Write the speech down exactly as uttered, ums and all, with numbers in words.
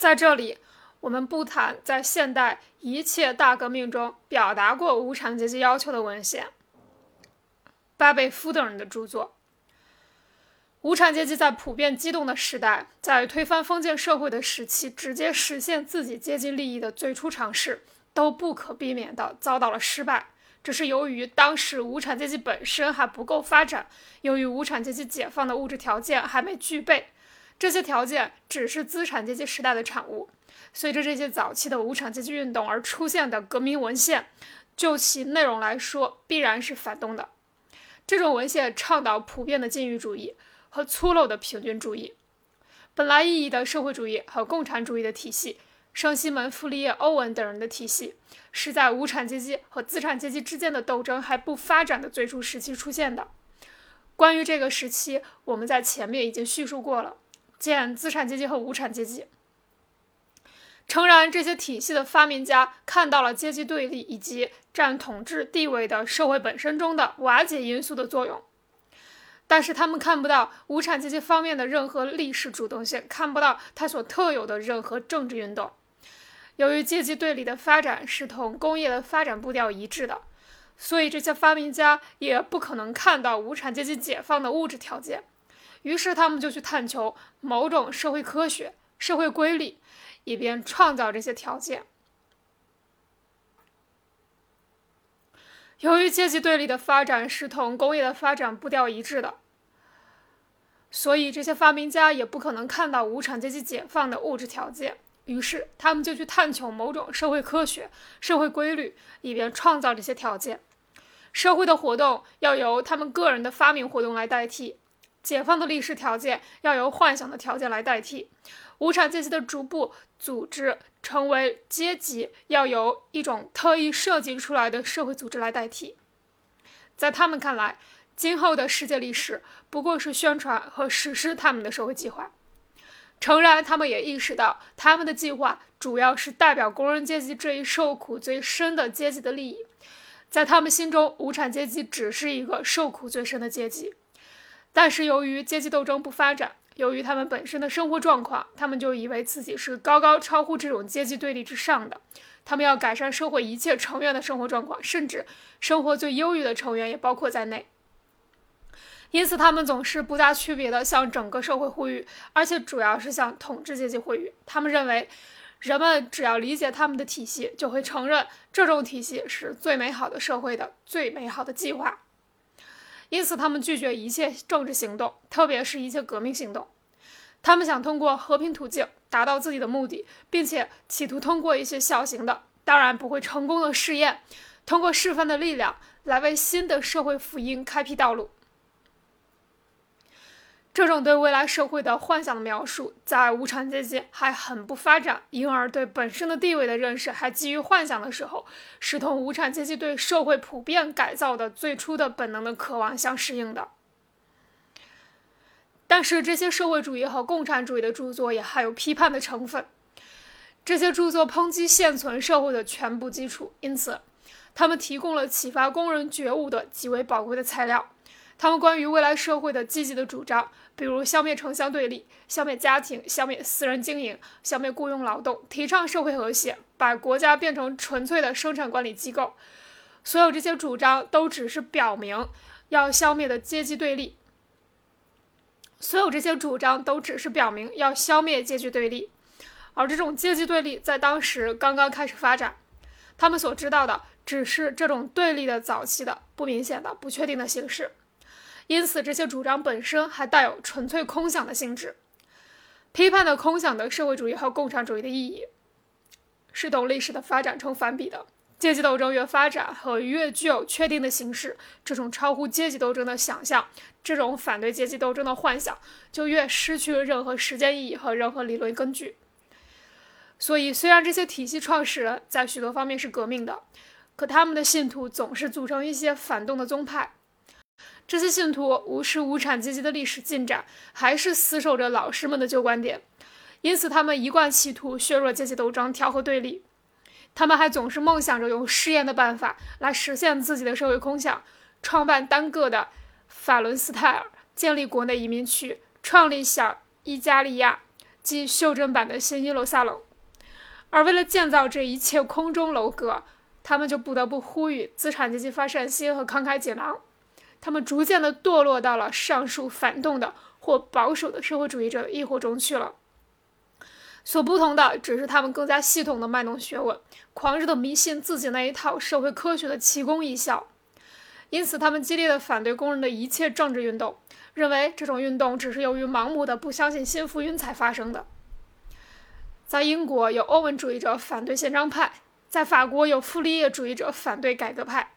在这里，我们不谈在现代一切大革命中表达过无产阶级要求的文献。巴贝夫等人的著作。无产阶级在普遍激动的时代，在推翻封建社会的时期，直接实现自己阶级利益的最初尝试，都不可避免地遭到了失败。这是由于当时无产阶级本身还不够发展，由于无产阶级解放的物质条件还没具备，这些条件只是资产阶级时代的产物。随着这些早期的无产阶级运动而出现的革命文献，就其内容来说，必然是反动的。这种文献倡导普遍的禁欲主义和粗陋的平均主义。本来意义的社会主义和共产主义的体系，圣西门、傅立叶、欧文等人的体系，是在无产阶级和资产阶级之间的斗争还不发展的最初时期出现的。关于这个时期，我们在前面已经叙述过了，见资产阶级和无产阶级。诚然，这些体系的发明家看到了阶级对立以及占统治地位的社会本身中的瓦解因素的作用，但是他们看不到无产阶级方面的任何历史主动性，看不到它所特有的任何政治运动。由于阶级对立的发展是同工业的发展步调一致的，所以这些发明家也不可能看到无产阶级解放的物质条件，于是他们就去探求某种社会科学、社会规律，以便创造这些条件。由于阶级对立的发展是同工业的发展步调一致的，所以这些发明家也不可能看到无产阶级解放的物质条件，于是他们就去探求某种社会科学、社会规律，以便创造这些条件。社会的活动要由他们个人的发明活动来代替，解放的历史条件要由幻想的条件来代替，无产阶级的逐步组织成为阶级要由一种特意设计出来的社会组织来代替。在他们看来，今后的世界历史不过是宣传和实施他们的社会计划。诚然，他们也意识到他们的计划主要是代表工人阶级这一受苦最深的阶级的利益。在他们心中，无产阶级只是一个受苦最深的阶级。但是由于阶级斗争不发展，由于他们本身的生活状况，他们就以为自己是高高超乎这种阶级对立之上的。他们要改善社会一切成员的生活状况，甚至生活最优越的成员也包括在内。因此他们总是不加区别地向整个社会呼吁，而且主要是向统治阶级呼吁。他们认为人们只要理解他们的体系，就会承认这种体系是最美好的社会的最美好的计划。因此他们拒绝一切政治行动，特别是一切革命行动。他们想通过和平途径达到自己的目的，并且企图通过一些小型的，当然不会成功的试验，通过示范的力量来为新的社会福音开辟道路。这种对未来社会的幻想的描述，在无产阶级还很不发展，因而对本身的地位的认识还基于幻想的时候，是同无产阶级对社会普遍改造的最初的本能的渴望相适应的。但是这些社会主义和共产主义的著作也含有批判的成分，这些著作抨击现存社会的全部基础，因此他们提供了启发工人觉悟的极为宝贵的材料。他们关于未来社会的积极的主张，比如消灭城乡对立、消灭家庭、消灭私人经营、消灭雇佣劳动、提倡社会和谐、把国家变成纯粹的生产管理机构，所有这些主张都只是表明要消灭的阶级对立。所有这些主张都只是表明要消灭阶级对立，而这种阶级对立在当时刚刚开始发展。他们所知道的只是这种对立的早期的、不明显的、不确定的形式。因此这些主张本身还带有纯粹空想的性质。批判的空想的社会主义和共产主义的意义是同历史的发展成反比的。阶级斗争越发展和越具有确定的形式，这种超乎阶级斗争的想象，这种反对阶级斗争的幻想，就越失去了任何实践意义和任何理论根据。所以虽然这些体系创始人在许多方面是革命的，可他们的信徒总是组成一些反动的宗派。这些信徒无视无产阶级的历史进展，还是死守着老师们的旧观点，因此他们一贯企图削弱阶级斗争，调和对立。他们还总是梦想着用试验的办法来实现自己的社会空想，创办单个的法伦斯泰尔，建立国内移民区，创立小伊加利亚， 即袖珍版的新耶路撒冷。而为了建造这一切空中楼阁，他们就不得不呼吁资产阶级发善心和慷慨解囊。他们逐渐地堕落到了上述反动的或保守的社会主义者的异伙中去了。所不同的只是他们更加系统地卖弄学问，狂热地迷信自己那一套社会科学的奇功异效。因此他们激烈地反对工人的一切政治运动，认为这种运动只是由于盲目的不相信新福音才发生的。在英国有欧文主义者反对宪章派，在法国有傅立叶主义者反对改革派，